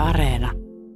Areena.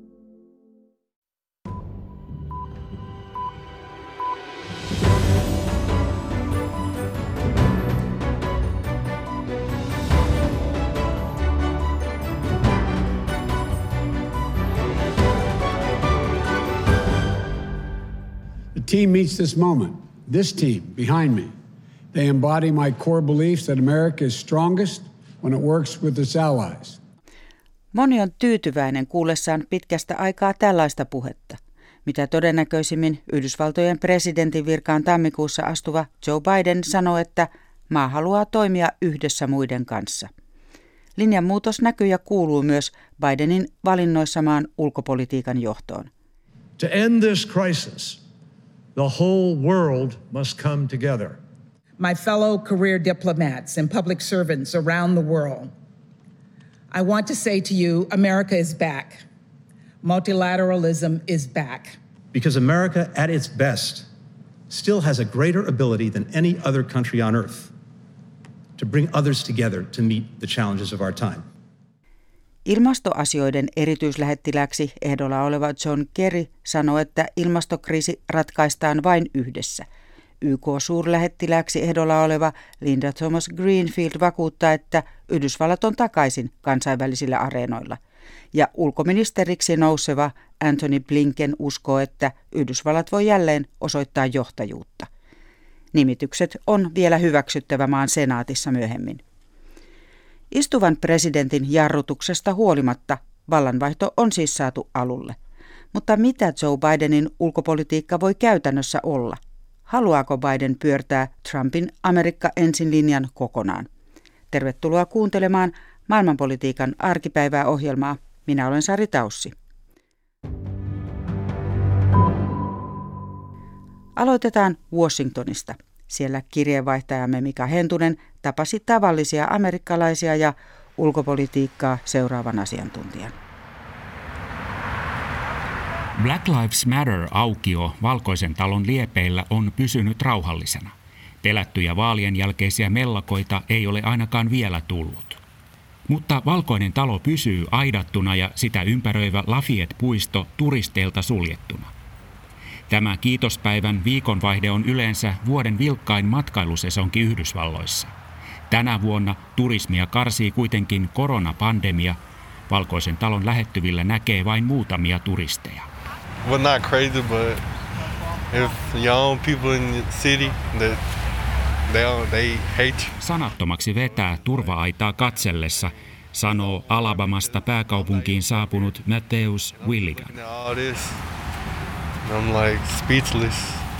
The team meets this moment. This team behind me. They embody my core beliefs that America is strongest when it works with its allies. Moni on tyytyväinen kuullessaan pitkästä aikaa tällaista puhetta. Mitä todennäköisimmin Yhdysvaltojen presidentin virkaan tammikuussa astuva Joe Biden sanoo, että maa haluaa toimia yhdessä muiden kanssa. Linjanmuutos näkyy ja kuuluu myös Bidenin valinnoissa maan ulkopolitiikan johtoon. To end this crisis, the whole world must come together. My fellow career diplomats and public servants around the world, I want to say to you, America is back. Multilateralism is back. Because America, at its best, still has a greater ability than any other country on earth to bring others together to meet the challenges of our time. Ilmastoasioiden erityislähettilääksi ehdolla oleva John Kerry sanoi, että ilmastokriisi ratkaistaan vain yhdessä. YK-suurlähettilääksi ehdolla oleva Linda Thomas Greenfield vakuuttaa, että Yhdysvallat on takaisin kansainvälisillä areenoilla. Ja ulkoministeriksi nouseva Antony Blinken uskoo, että Yhdysvallat voi jälleen osoittaa johtajuutta. Nimitykset on vielä hyväksyttävä maan senaatissa myöhemmin. Istuvan presidentin jarrutuksesta huolimatta vallanvaihto on siis saatu alulle. Mutta mitä Joe Bidenin ulkopolitiikka voi käytännössä olla? Haluaako Biden pyörtää Trumpin Amerikka ensin linjan kokonaan? Tervetuloa kuuntelemaan maailmanpolitiikan arkipäivää ohjelmaa. Minä olen Sari Taussi. Aloitetaan Washingtonista. Siellä kirjeenvaihtajamme Mika Hentunen tapasi tavallisia amerikkalaisia ja ulkopolitiikkaa seuraavan asiantuntijan. Black Lives Matter-aukio Valkoisen talon liepeillä on pysynyt rauhallisena. Pelättyjä vaalien jälkeisiä mellakoita ei ole ainakaan vielä tullut. Mutta Valkoinen talo pysyy aidattuna ja sitä ympäröivä Lafayette-puisto turisteilta suljettuna. Tämä kiitospäivän viikonvaihde on yleensä vuoden vilkkain matkailusesonki Yhdysvalloissa. Tänä vuonna turismia karsii kuitenkin koronapandemia. Valkoisen talon lähettyvillä näkee vain muutamia turisteja. Well, not crazy, but if young people in the city, they hate you. Sanattomaksi vetää turva-aitaa katsellessa, sanoo Alabamasta pääkaupunkiin saapunut Matthews Willigan. I'm like speechless.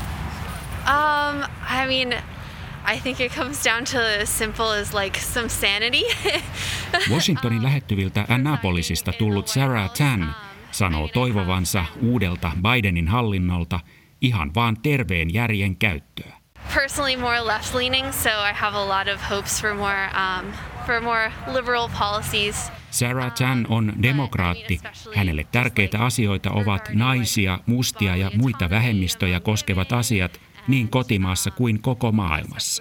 I think it comes down to as simple as like some sanity. Washingtonin lähettyviltä Annapolisista tullut Sarah Tan sanoo toivovansa uudelta Bidenin hallinnolta ihan vaan terveen järjen käyttöä. Personally more left-leaning, so I have a lot of hopes for more liberal policies. Sarah Tan on demokraatti. Hänelle tärkeitä asioita ovat naisia, mustia ja muita vähemmistöjä koskevat asiat niin kotimaassa kuin koko maailmassa.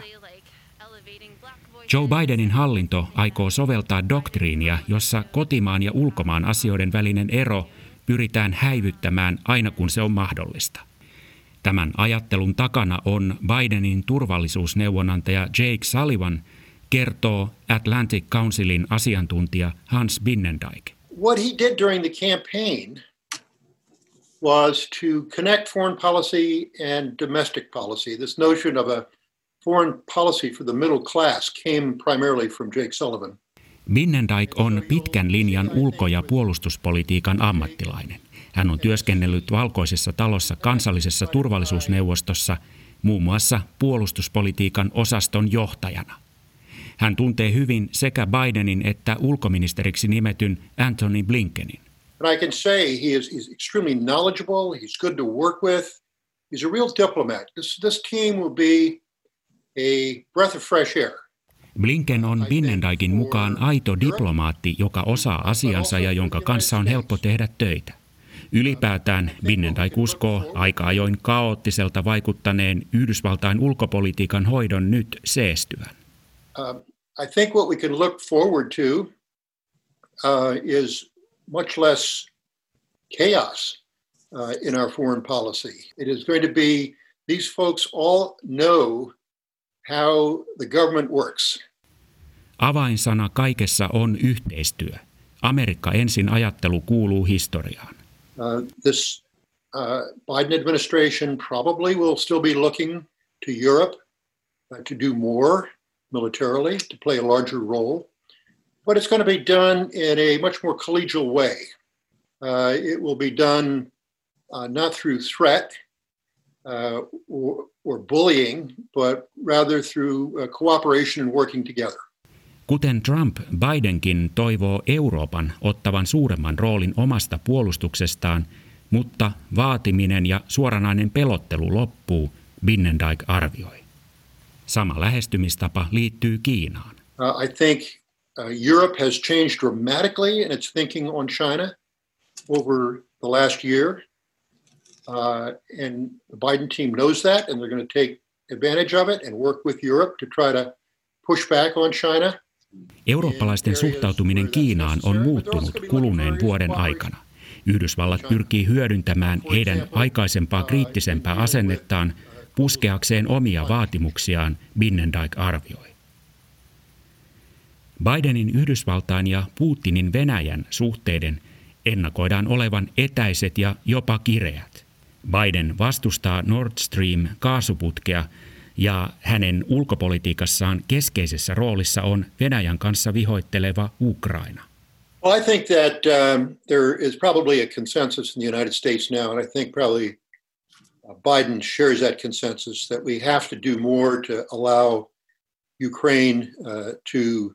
Joe Bidenin hallinto aikoo soveltaa doktriinia, jossa kotimaan ja ulkomaan asioiden välinen ero pyritään häivyttämään aina kun se on mahdollista. Tämän ajattelun takana on Bidenin turvallisuusneuvonantaja Jake Sullivan, kertoo Atlantic Councilin asiantuntija Hans Binnendijk. What he did during the campaign was to connect foreign policy and domestic policy. This notion of a foreign policy for the middle class came primarily from Jake Sullivan. Binnendijk on pitkän linjan ulko- ja puolustuspolitiikan ammattilainen. Hän on työskennellyt Valkoisessa talossa kansallisessa turvallisuusneuvostossa, muun muassa puolustuspolitiikan osaston johtajana. Hän tuntee hyvin sekä Bidenin että ulkoministeriksi nimetyn Antony Blinkenin. And I can say he's extremely knowledgeable, he's good to work with, he's a real diplomat. This team will be a breath of fresh air. Blinken on Binnendijkin mukaan aito diplomaatti, joka osaa asiansa ja jonka kanssa on helppo tehdä töitä. Ylipäätään Binnendijk uskoo aika ajoin kaoottiselta vaikuttaneen Yhdysvaltain ulkopolitiikan hoidon nyt seestyvän. I think what we can look forward to is much less chaos in our foreign policy. It is going to be, these folks all know how the government works. Avainsana kaikessa on yhteistyö. Amerikka ensin -ajattelu kuuluu historiaan. This Biden administration probably will still be looking to Europe to do more militarily, to play a larger role, but it's going to be done in a much more collegial way. It will be done not through threat or bullying, but rather through cooperation and working together. Kuten Trump, Bidenkin toivoo Euroopan ottavan suuremman roolin omasta puolustuksestaan, mutta vaatiminen ja suoranainen pelottelu loppuu, Binnendijk arvioi. Sama lähestymistapa liittyy Kiinaan. I think Europe has changed dramatically in its thinking on China over the last year. And the Biden team knows that, and they're going to take advantage of it and work with Europe to try to push back on China. Eurooppalaisten suhtautuminen Kiinaan on muuttunut kuluneen vuoden aikana. Yhdysvallat pyrkii hyödyntämään heidän aikaisempaa kriittisempää asennettaan puskeakseen omia vaatimuksiaan, Binnendijk arvioi. Bidenin Yhdysvaltain ja Putinin Venäjän suhteiden ennakoidaan olevan etäiset ja jopa kireät. Biden vastustaa Nord Stream -kaasuputkea ja hänen ulkopolitiikassaan keskeisessä roolissa on Venäjän kanssa vihoitteleva Ukraina. Well, I think that there is probably a consensus in the United States now, and I think probably Biden shares that consensus that we have to do more to allow Ukraine to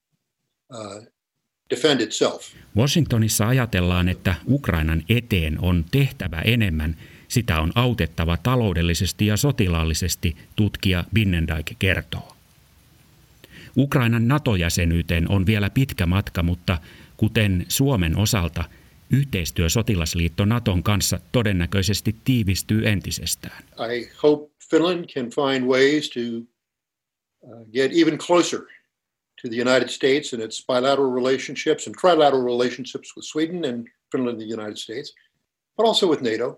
defend itself. Washingtonissa ajatellaan, että Ukrainan eteen on tehtävä enemmän. Sitä on autettava taloudellisesti ja sotilaallisesti, tutkija Binnendijk kertoo. Ukrainan NATO-jäsenyyteen on vielä pitkä matka, mutta kuten Suomen osalta, yhteistyö sotilasliitto Naton kanssa todennäköisesti tiivistyy entisestään. I hope Finland can find ways to get even closer to the United States and its bilateral relationships and trilateral relationships with Sweden and Finland and the United States, but also with NATO.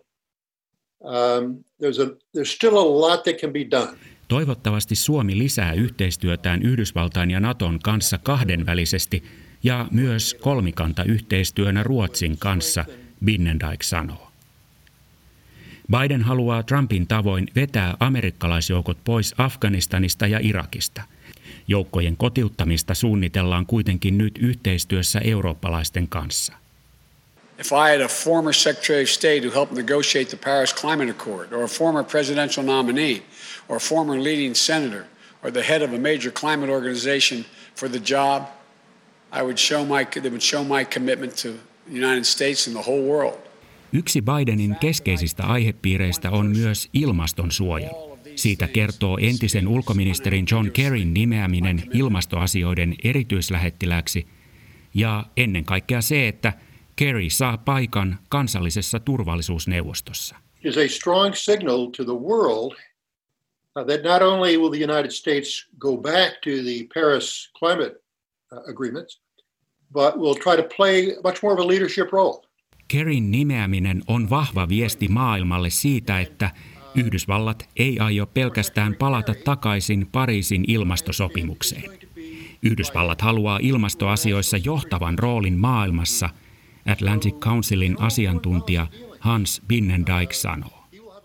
There's still a lot that can be done. Toivottavasti Suomi lisää yhteistyötään Yhdysvaltain ja Naton kanssa kahdenvälisesti ja myös kolmikantayhteistyönä Ruotsin kanssa, Binnendijk sanoo. Biden haluaa Trumpin tavoin vetää amerikkalaisjoukot pois Afganistanista ja Irakista. Joukkojen kotiuttamista suunnitellaan kuitenkin nyt yhteistyössä eurooppalaisten kanssa. If I had a former Secretary of State who helped negotiate the Paris Climate Accord, or a former presidential nominee, or a former leading senator, or the head of a major climate organization for the job, they would show my commitment to the United States and the whole world. Yksi Bidenin keskeisistä aihepiireistä on myös ilmastonsuojelu. Siitä kertoo entisen ulkoministerin John Kerryn nimeäminen ilmastoasioiden erityislähettilääksi ja ennen kaikkea se, että Kerry saa paikan kansallisessa turvallisuusneuvostossa. It is a strong signal to the world that not only will the United States go back to the Paris climate agreements, but will try to play much more of a leadership role. Kerryn nimeäminen on vahva viesti maailmalle siitä, että Yhdysvallat ei aio pelkästään palata takaisin Pariisin ilmastosopimukseen. Yhdysvallat haluaa ilmastoasioissa johtavan roolin maailmassa, Atlantic Councilin asiantuntija Hans Binnendijk sanoo.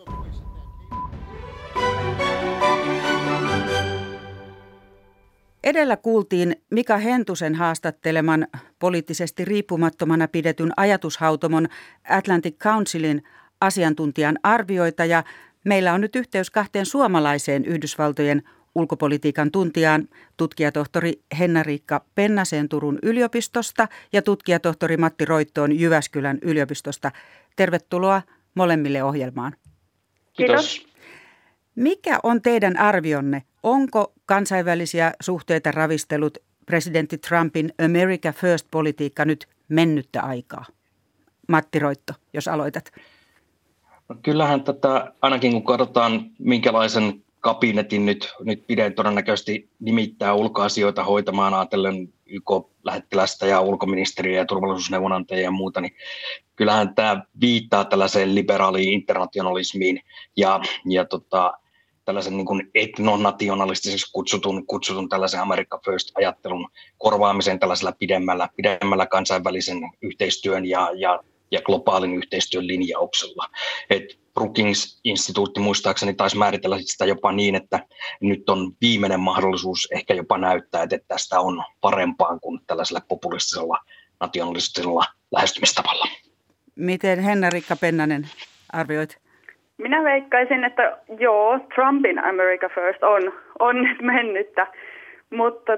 Edellä kuultiin Mika Hentusen haastatteleman poliittisesti riippumattomana pidetyn ajatushautomon Atlantic Councilin asiantuntijan arvioita ja meillä on nyt yhteys kahteen suomalaiseen Yhdysvaltojen ulkopolitiikan tuntijaan, tutkijatohtori Henna-Riikka Pennaseen Turun yliopistosta ja tutkijatohtori Matti Roittoon Jyväskylän yliopistosta. Tervetuloa molemmille ohjelmaan. Kiitos. Mikä on teidän arvionne? Onko kansainvälisiä suhteita ravistellut presidentti Trumpin America First-politiikka nyt mennyttä aikaa? Matti Roitto, jos aloitat. No kyllähän tätä, ainakin kun katsotaan minkälaisen kabinetin nyt Biden todennäköisesti nimittää ulkoasioita hoitamaan ajatellen YK-lähettilästä ja ulkoministeriä ja turvallisuusneuvonantajia ja muuta, niin kyllähän tämä viittaa tällaiseen liberaaliin internationalismiin ja tällaisen niin kuin etnonationalistiseksi kutsutun tällaisen America First-ajattelun korvaamiseen tällaisella pidemmällä kansainvälisen yhteistyön ja globaalin yhteistyön linjauksella. Brookings-instituutti muistaakseni taisi määritellä sitä jopa niin, että nyt on viimeinen mahdollisuus ehkä jopa näyttää, että tästä on parempaa kuin tällaisella populistisella nationalistisella lähestymistavalla. Miten Henna-Riikka Pennanen arvioit? Minä veikkaisin, että joo, Trumpin America First on nyt mennyttä, mutta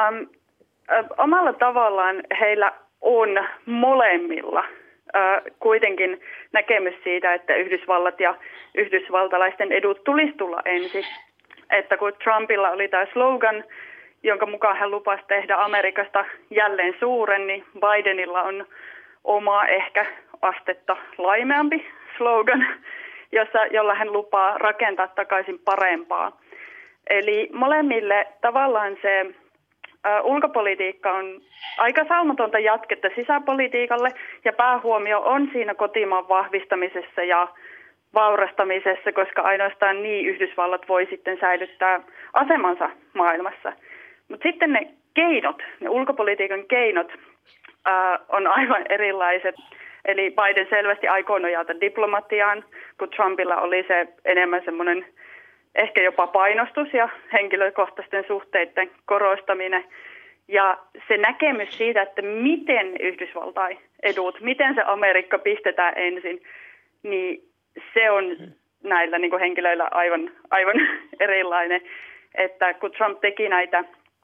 omalla tavallaan heillä on molemmilla kuitenkin näkemys siitä, että Yhdysvallat ja yhdysvaltalaisten edut tulisi tulla ensin. Että kun Trumpilla oli tämä slogan, jonka mukaan hän lupasi tehdä Amerikasta jälleen suuren, niin Bidenilla on oma ehkä astetta laimeampi slogan, jolla hän lupaa rakentaa takaisin parempaa. Eli molemmille tavallaan se ulkopolitiikka on aika saumatonta jatketta sisäpolitiikalle ja päähuomio on siinä kotimaan vahvistamisessa ja vaurastamisessa, koska ainoastaan niin Yhdysvallat voi sitten säilyttää asemansa maailmassa. Mutta sitten ne keinot, ne ulkopolitiikan keinot on aivan erilaiset. Eli Biden selvästi aikoo nojata diplomatiaan, kun Trumpilla oli se enemmän semmoinen ehkä jopa painostus ja henkilökohtaisten suhteiden korostaminen. Ja se näkemys siitä, että miten Yhdysvaltain edut, miten se Amerikka pistetään ensin, niin se on näillä niin kuin henkilöillä aivan erilainen. Että kun Trump teki näitä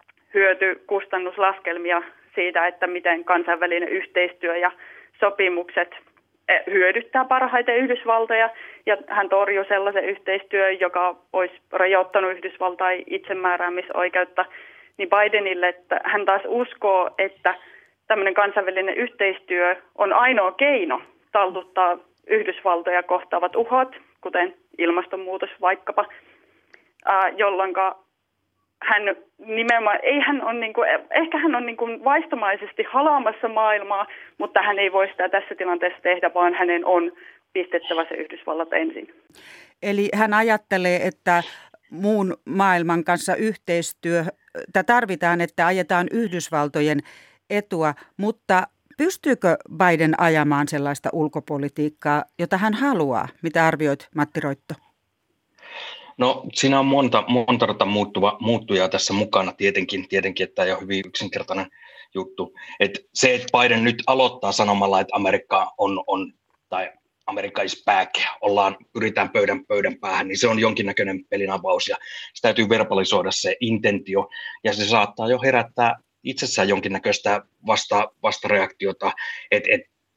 hyöty-kustannuslaskelmia siitä, että miten kansainvälinen yhteistyö ja sopimukset hyödyttää parhaiten Yhdysvaltoja, ja hän torjui sellaisen yhteistyön, joka olisi rajoittanut Yhdysvaltain itsemääräämisoikeutta, niin Bidenille, että hän taas uskoo, että tämmöinen kansainvälinen yhteistyö on ainoa keino taltuttaa Yhdysvaltoja kohtaavat uhot, kuten ilmastonmuutos vaikkapa, jolloin hän nimenomaan, ehkä hän on niin kuin vaistomaisesti halaamassa maailmaa, mutta hän ei voi sitä tässä tilanteessa tehdä, vaan hänen on pistettävä se Yhdysvallat ensin. Eli hän ajattelee, että muun maailman kanssa yhteistyötä tarvitaan, että ajetaan Yhdysvaltojen etua, mutta pystyykö Biden ajamaan sellaista ulkopolitiikkaa, jota hän haluaa? Mitä arvioit, Matti Roitto? No siinä on monta muuttujaa tässä mukana tietenkin, että tämä ei ole hyvin yksinkertainen juttu. Että se, että Biden nyt aloittaa sanomalla, että Amerikka on tai America is back, pyritään pöydän päähän, niin se on jonkinnäköinen pelin avaus ja se täytyy verbalisoida se intentio ja se saattaa jo herättää itsessään jonkinnäköistä vastareaktiota, että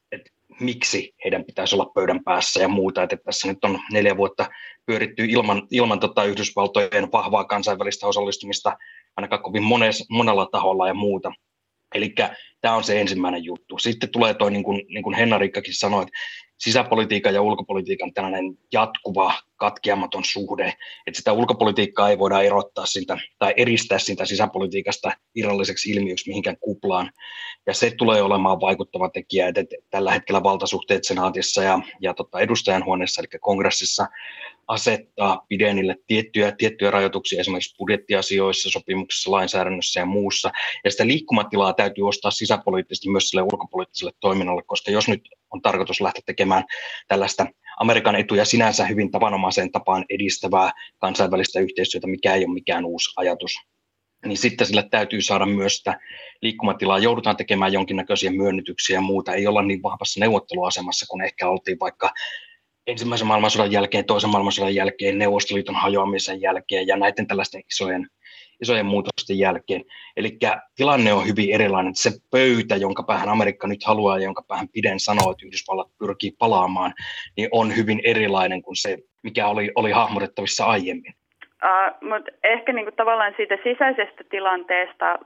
miksi heidän pitäisi olla pöydän päässä ja muuta. Että tässä nyt on 4 vuotta pyöritty ilman Yhdysvaltojen vahvaa kansainvälistä osallistumista ainakaan kovin monella taholla ja muuta. Eli tämä on se ensimmäinen juttu. Sitten tulee tuo, niin kuin Henna-Riikkakin sanoi, että sisäpolitiikan ja ulkopolitiikan tällainen jatkuva, katkeamaton suhde, että sitä ulkopolitiikkaa ei voida erottaa siitä tai eristää siitä sisäpolitiikasta irralliseksi ilmiöksi mihinkään kuplaan. Ja se tulee olemaan vaikuttava tekijä, että tällä hetkellä valtasuhteet senaatissa ja edustajanhuoneessa, eli kongressissa, asettaa Bidenille tiettyjä rajoituksia esimerkiksi budjettiasioissa, sopimuksissa, lainsäädännössä ja muussa. Ja sitä liikkumatilaa täytyy ostaa sisäpoliittisesti myös sille ulkopoliittiselle toiminnalle, koska jos nyt on tarkoitus lähteä tekemään tällaista Amerikan etuja sinänsä hyvin tavanomaiseen tapaan edistävää kansainvälistä yhteistyötä, mikä ei ole mikään uusi ajatus, niin sitten sille täytyy saada myös sitä liikkumatilaa. Joudutaan tekemään jonkinnäköisiä myönnytyksiä ja muuta. Ei olla niin vahvassa neuvotteluasemassa, kun ehkä oltiin vaikka ensimmäisen maailmansodan jälkeen, toisen maailmansodan jälkeen, Neuvostoliiton hajoamisen jälkeen ja näiden tällaisten isojen muutosten jälkeen. Eli tilanne on hyvin erilainen. Se pöytä, jonka päähän Amerikka nyt haluaa ja jonka päähän Biden sanoo, että Yhdysvallat pyrkii palaamaan, niin on hyvin erilainen kuin se, mikä oli hahmotettavissa aiemmin. Mutta ehkä niinku tavallaan siitä sisäisestä tilanteesta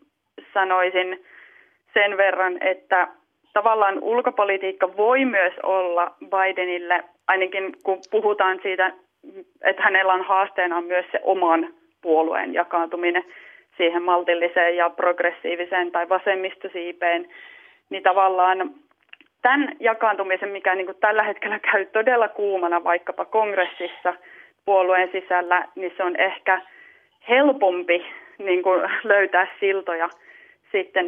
sanoisin sen verran, että tavallaan ulkopolitiikka voi myös olla Bidenille, ainakin kun puhutaan siitä että hänellä on haasteena myös se oman puolueen jakaantuminen siihen maltilliseen ja progressiiviseen tai vasemmistosiipeen, niin tavallaan tämän jakaantumisen, mikä niin kuin tällä hetkellä käy todella kuumana vaikkapa kongressissa puolueen sisällä, niin se on ehkä helpompi niin kuin löytää siltoja sitten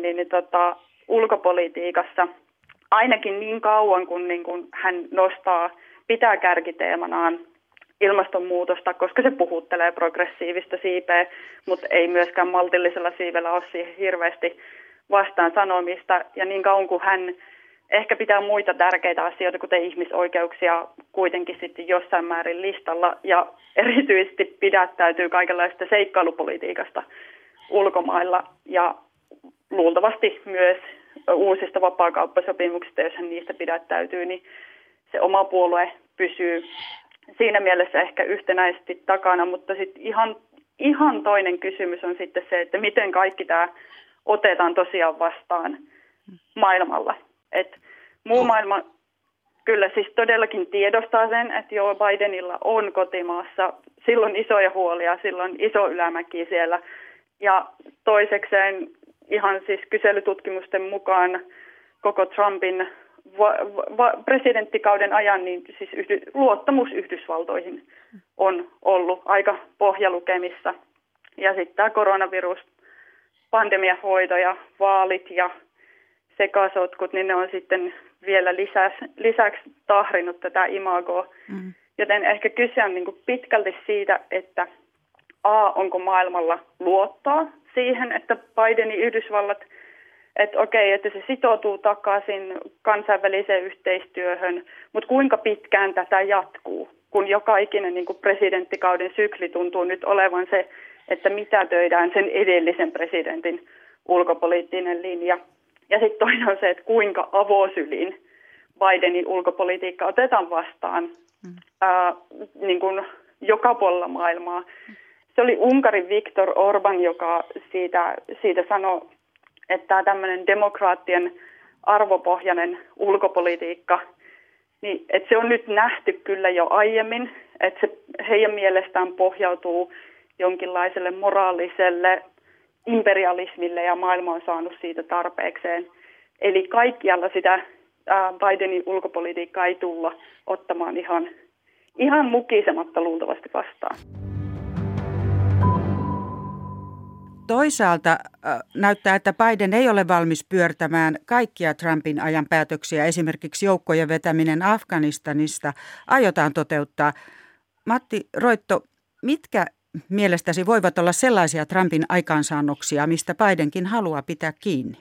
ulkopolitiikassa, ainakin niin kauan kun niin kuin hän pitää kärkiteemanaan ilmastonmuutosta, koska se puhuttelee progressiivista siipeä, mutta ei myöskään maltillisella siivellä ole siihen hirveästi vastaan sanomista. Ja niin kauan kuin hän ehkä pitää muita tärkeitä asioita, kuten ihmisoikeuksia, kuitenkin sitten jossain määrin listalla ja erityisesti pidättäytyy kaikenlaista seikkailupolitiikasta ulkomailla ja luultavasti myös uusista vapaakauppasopimuksista, jos hän niistä pidättäytyy, niin se oma puolue pysyy siinä mielessä ehkä yhtenäisesti takana, mutta sitten ihan toinen kysymys on sitten se, että miten kaikki tämä otetaan tosiaan vastaan maailmalla. Et muu maailma kyllä siis todellakin tiedostaa sen, että Joe Bidenilla on kotimaassa, silloin isoja huolia, silloin iso ylämäki siellä. Ja toisekseen ihan siis kyselytutkimusten mukaan koko Trumpin presidenttikauden ajan niin siis luottamus Yhdysvaltoihin on ollut aika pohjalukemissa. Ja sitten tämä koronavirus, pandemiahoito ja vaalit ja sekasotkut, niin ne on sitten vielä lisäksi tahrinut tätä imagoa. Joten ehkä kyse on niin kuin pitkälti siitä, että onko maailmalla luottaa siihen, että Bidenin Yhdysvallat, että okei, että se sitoutuu takaisin kansainväliseen yhteistyöhön, mutta kuinka pitkään tätä jatkuu, kun joka ikinen niin kuin presidenttikauden sykli tuntuu nyt olevan se, että mitätöidään sen edellisen presidentin ulkopoliittinen linja. Ja sitten toinen on se, että kuinka avosylin Bidenin ulkopolitiikka otetaan vastaan niin kuin joka puolella maailmaa. Se oli Unkarin Viktor Orbán, joka siitä sanoi, että tämä tämmöinen demokraattien arvopohjainen ulkopolitiikka, niin että se on nyt nähty kyllä jo aiemmin, että se heidän mielestään pohjautuu jonkinlaiselle moraaliselle imperialismille ja maailma on saanut siitä tarpeekseen. Eli kaikkialla sitä Bidenin ulkopolitiikkaa ei tulla ottamaan ihan mukisematta luultavasti vastaan. Toisaalta näyttää, että Biden ei ole valmis pyörtämään kaikkia Trumpin ajan päätöksiä. Esimerkiksi joukkojen vetäminen Afganistanista aiotaan toteuttaa. Matti Roitto, mitkä mielestäsi voivat olla sellaisia Trumpin aikaansaannoksia, mistä Bidenkin haluaa pitää kiinni?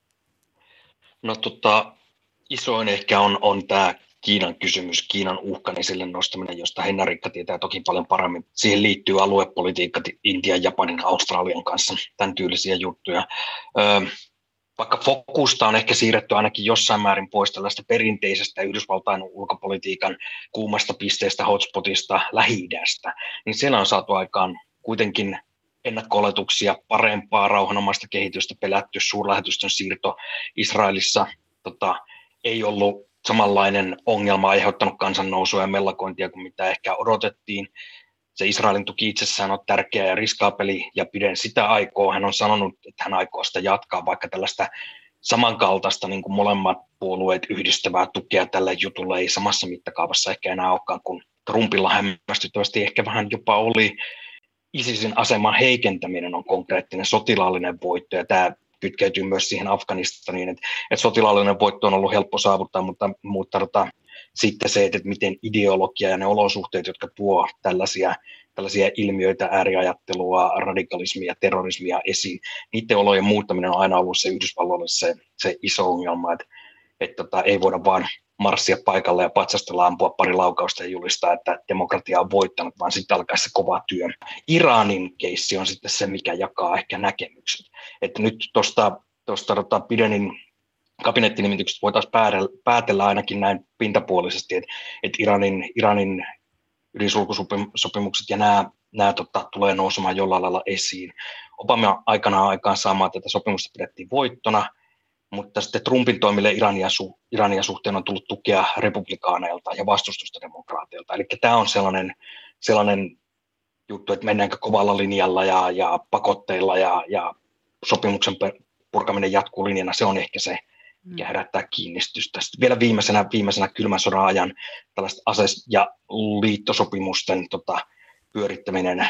No isoin ehkä on tämä Kiinan kysymys, Kiinan uhkan esille nostaminen, josta Henna Rikka tietää toki paljon paremmin. Siihen liittyy aluepolitiikka Intian, Japanin, Australian kanssa, tämän tyylisiä juttuja. Vaikka fokusta on ehkä siirretty ainakin jossain määrin pois tällaista perinteisestä Yhdysvaltain ulkopolitiikan kuumasta pisteestä, hotspotista, Lähi-idästä, niin siellä on saatu aikaan kuitenkin ennakko-oletuksia, parempaa rauhanomaista kehitystä, pelätty suurlähetystön siirto Israelissa ei ollut samanlainen ongelma aiheuttanut kansannousua ja mellakointia kuin mitä ehkä odotettiin. Se Israelin tuki itsessään on tärkeä ja riskaapeli ja Biden sitä aikoo. Hän on sanonut, että hän aikoo sitä jatkaa, vaikka tällaista samankaltaista niin kuin molemmat puolueet yhdistävää tukea tälle jutulle ei samassa mittakaavassa ehkä enää olekaan, kun Trumpilla hämmästyttävästi ehkä vähän jopa oli. ISISin aseman heikentäminen on konkreettinen sotilaallinen voitto ja tämä kytkeytyy myös siihen Afganistaniin, että sotilaallinen voitto on ollut helppo saavuttaa, mutta sitten se, että miten ideologia ja ne olosuhteet, jotka tuo tällaisia ilmiöitä, ääriajattelua, radikalismia, terrorismia esiin, niiden olojen muuttaminen on aina ollut se Yhdysvalloille se iso ongelma, että ei voida vaan marssia paikalle ja patsastella, ampua pari laukausta ja julistaa, että demokratia on voittanut, vaan sitten alkaa se kova työ. Iranin keissi on sitten se, mikä jakaa ehkä näkemykset. Että nyt tuosta Bidenin kabinettinimityksestä voitaisiin päätellä ainakin näin pintapuolisesti, että Iranin ydinsulkusopimukset ja nämä tulee nousemaan jollain lailla esiin. Obama aikaan saamaan tätä sopimusta pidettiin voittona, mutta sitten Trumpin toimille Irania suhteen on tullut tukea republikaaneilta ja vastustusta demokraateilta. Eli tämä on sellainen sellainen juttu, että mennäänkö kovalla linjalla ja pakotteilla ja sopimuksen purkaminen jatkuu linjana, se on ehkä se, mikä herättää kiinnistystä. Sitten vielä viimeisenä kylmän sodan ajan tällaiset ase- ja liittosopimusten pyörittäminen,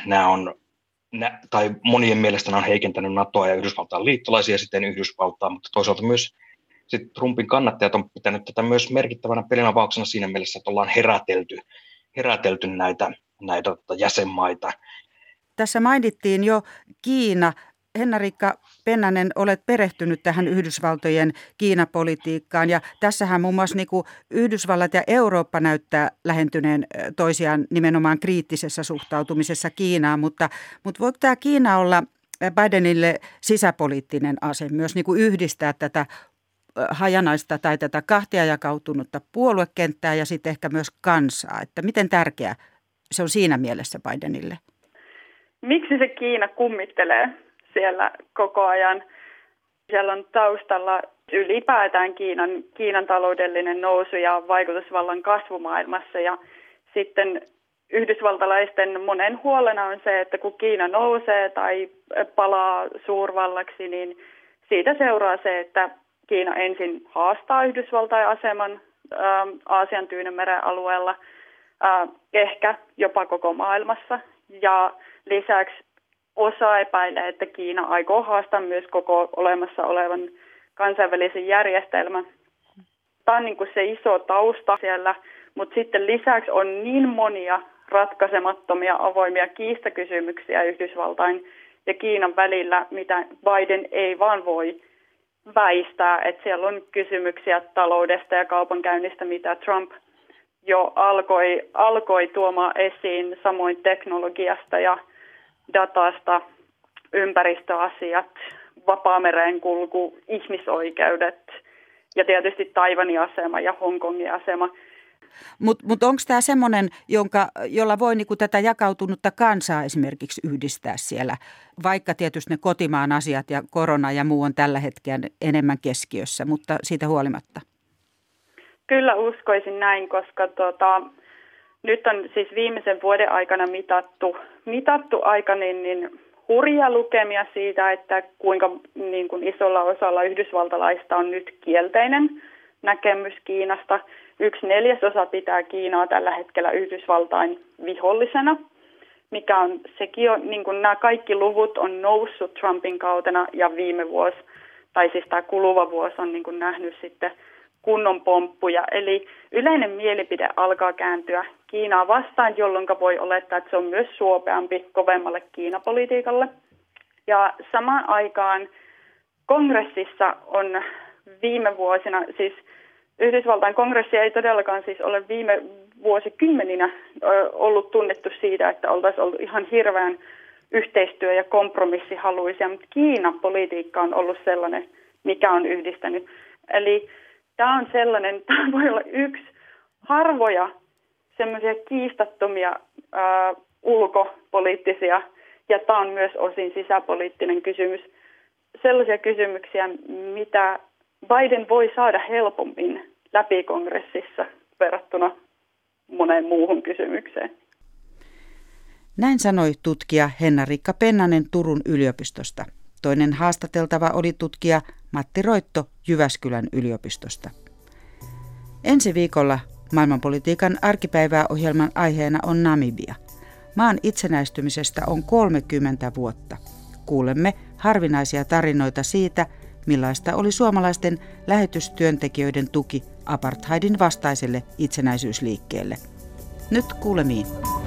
tai monien mielestä on heikentänyt NATOa ja Yhdysvaltain liittolaisia sitten Yhdysvaltaa, mutta toisaalta myös sitten Trumpin kannattajat on pitänyt tätä myös merkittävänä pelinavauksena siinä mielessä, että ollaan herätelty näitä jäsenmaita. Tässä mainittiin jo Kiina. Henna-Riikka Pennanen, olet perehtynyt tähän Yhdysvaltojen Kiinapolitiikkaan ja tässähän muun muassa niin kuin Yhdysvallat ja Eurooppa näyttää lähentyneen toisiaan nimenomaan kriittisessä suhtautumisessa Kiinaan, mutta voiko tämä Kiina olla Bidenille sisäpoliittinen ase, myös niin kuin yhdistää tätä hajanaista tai tätä kahtia jakautunutta puoluekenttää ja sitten ehkä myös kansaa, että miten tärkeä se on siinä mielessä Bidenille? Miksi se Kiina kummittelee siellä koko ajan? Siellä on taustalla ylipäätään Kiinan taloudellinen nousu ja vaikutusvallan kasvu maailmassa. Ja sitten yhdysvaltalaisten monen huolena on se, että kun Kiina nousee tai palaa suurvallaksi, niin siitä seuraa se, että Kiina ensin haastaa Yhdysvaltain aseman Aasian Tyynenmeren alueella, ehkä jopa koko maailmassa. Ja lisäksi osa epäilee, että Kiina aikoo haastaa myös koko olemassa olevan kansainvälisen järjestelmän. Tämä on niin kuin se iso tausta siellä, mutta sitten lisäksi on niin monia ratkaisemattomia avoimia kiistakysymyksiä Yhdysvaltain ja Kiinan välillä, mitä Biden ei vaan voi väistää. Että siellä on kysymyksiä taloudesta ja kaupankäynnistä, mitä Trump jo alkoi tuomaan esiin, samoin teknologiasta ja datasta, ympäristöasiat, vapaamerenkulku, ihmisoikeudet ja tietysti Taiwanin asema ja Hongkongin asema. Mutta onko tämä semmoinen, jolla voi niinku tätä jakautunutta kansaa esimerkiksi yhdistää siellä, vaikka tietysti ne kotimaan asiat ja korona ja muu on tällä hetkellä enemmän keskiössä, mutta siitä huolimatta? Kyllä uskoisin näin, koska nyt on siis viimeisen vuoden aikana mitattu aika niin hurjia lukemia siitä, että kuinka niin kuin isolla osalla yhdysvaltalaista on nyt kielteinen näkemys Kiinasta. 1/4 pitää Kiinaa tällä hetkellä Yhdysvaltain vihollisena, mikä on sekin on, niin kuin nämä kaikki luvut on noussut Trumpin kautena ja viime vuosi, tai siis tämä kuluva vuosi on niin kuin nähnyt sitten kunnon pomppuja. Eli yleinen mielipide alkaa kääntyä Kiinaa vastaan, jolloin voi olettaa, että se on myös suopeampi kovemmalle Kiinapolitiikalle. Ja samaan aikaan kongressissa on viime vuosina, siis Yhdysvaltain kongressi ei todellakaan siis ole viime vuosikymmeninä ollut tunnettu siitä, että oltaisiin ollut ihan hirveän yhteistyö- ja kompromissihaluisia, mutta Kiina-politiikka on ollut sellainen, mikä on yhdistänyt. Eli tämä on sellainen, tämä voi olla yksi harvoja semmoisia kiistattomia ulkopoliittisia, ja tämä on myös osin sisäpoliittinen kysymys, sellaisia kysymyksiä, mitä Biden voi saada helpommin läpi kongressissa verrattuna moneen muuhun kysymykseen. Näin sanoi tutkija Henna-Riikka Pennanen Turun yliopistosta. Toinen haastateltava oli tutkija Matti Roitto Jyväskylän yliopistosta. Ensi viikolla maailmanpolitiikan arkipäivää ohjelman aiheena on Namibia. Maan itsenäistymisestä on 30 vuotta. Kuulemme harvinaisia tarinoita siitä, millaista oli suomalaisten lähetystyöntekijöiden tuki apartheidin vastaiselle itsenäisyysliikkeelle. Nyt kuulemiin.